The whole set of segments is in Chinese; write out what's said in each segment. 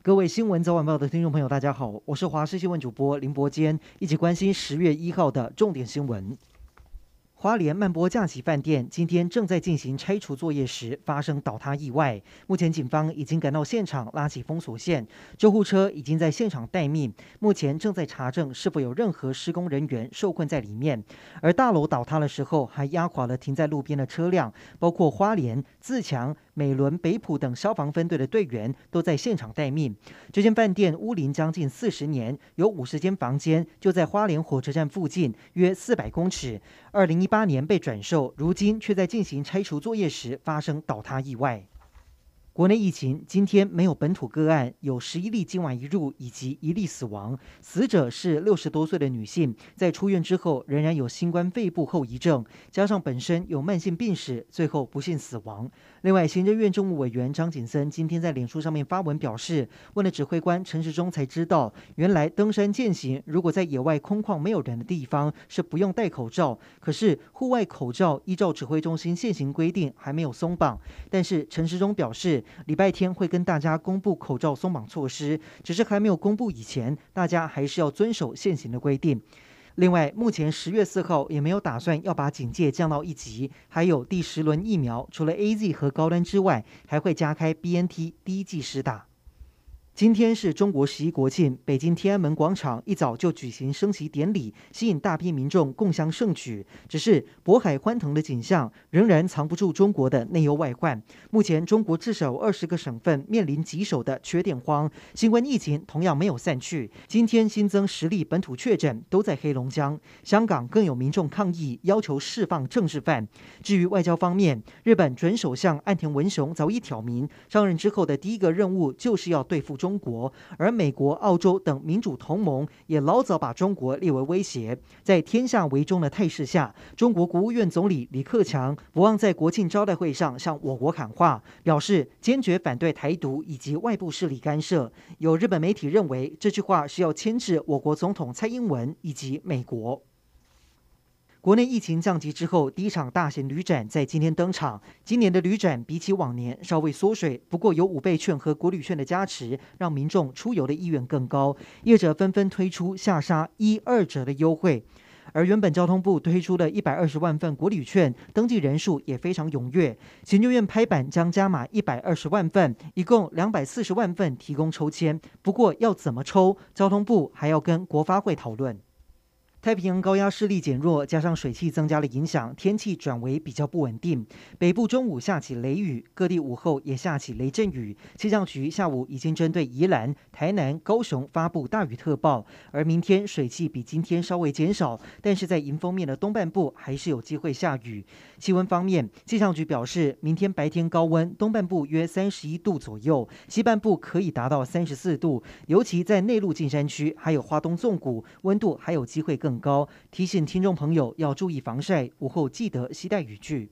各位新闻早晚报的听众朋友，大家好，我是华视新闻主播林伯坚，一起关心10月1号的重点新闻。花莲曼波假期饭店今天正在进行拆除作业时发生倒塌意外，目前警方已经赶到现场拉起封锁线，救护车已经在现场待命，目前正在查证是否有任何施工人员受困在里面。而大楼倒塌的时候还压垮了停在路边的车辆，包括花莲、自强、美伦、北埔等消防分队的队员都在现场待命。这间饭店屋龄将近40年，有50间房间，就在花莲火车站附近，约400公尺。2018年被转售，如今却在进行拆除作业时发生倒塌意外。国内疫情今天没有本土个案，有11例境外移入以及1例死亡。死者是60多岁的女性，在出院之后仍然有新冠肺部后遗症，加上本身有慢性病史，最后不幸死亡。另外，行政院政务委员张景森今天在脸书上面发文表示，问了指挥官陈时中才知道，原来登山健行如果在野外空旷没有人的地方是不用戴口罩，可是户外口罩依照指挥中心现行规定还没有松绑。但是陈时中表示，礼拜天会跟大家公布口罩松绑措施，只是还没有公布以前，大家还是要遵守现行的规定。另外，目前10月4号也没有打算要把警戒降到1级，还有第10轮疫苗，除了 AZ 和高端之外，还会加开 BNT 第1剂施打。今天是中国11国庆，北京天安门广场一早就举行升旗典礼，吸引大批民众共襄盛举。只是渤海欢腾的景象仍然藏不住中国的内忧外患。目前，中国至少有20个省份面临棘手的缺电荒，新冠疫情同样没有散去。今天新增10例本土确诊，都在黑龙江。香港更有民众抗议，要求释放政治犯。至于外交方面，日本准首相岸田文雄早已挑明，上任之后的第一个任务就是要对付中国，而美国、澳洲等民主同盟也老早把中国列为威胁。在天下为中的态势下，中国国务院总理李克强不忘在国庆招待会上向我国喊话，表示坚决反对台独以及外部势力干涉。有日本媒体认为，这句话是要牵制我国总统蔡英文以及美国。国内疫情降级之后，第一场大型旅展在今天登场。今年的旅展比起往年稍微缩水，不过有5倍券和国旅券的加持，让民众出游的意愿更高。业者纷纷推出下杀1、2折的优惠。而原本交通部推出的120万份国旅券，登记人数也非常踊跃。行政院拍板将加码120万份，一共240万份提供抽签。不过要怎么抽，交通部还要跟国发会讨论。太平洋高压势力减弱，加上水汽增加的影响，天气转为比较不稳定。北部中午下起雷雨，各地午后也下起雷阵雨。气象局下午已经针对宜兰、台南、高雄发布大雨特报。而明天水汽比今天稍微减少，但是在迎风面的东半部还是有机会下雨。气温方面，气象局表示，明天白天高温，东半部约31度左右，西半部可以达到34度，尤其在内陆近山区还有花东纵谷，温度还有机会更高，提醒听众朋友要注意防晒，午后记得携带雨具。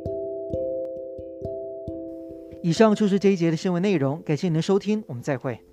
以上就是这一节的新闻内容，感谢您的收听，我们再会。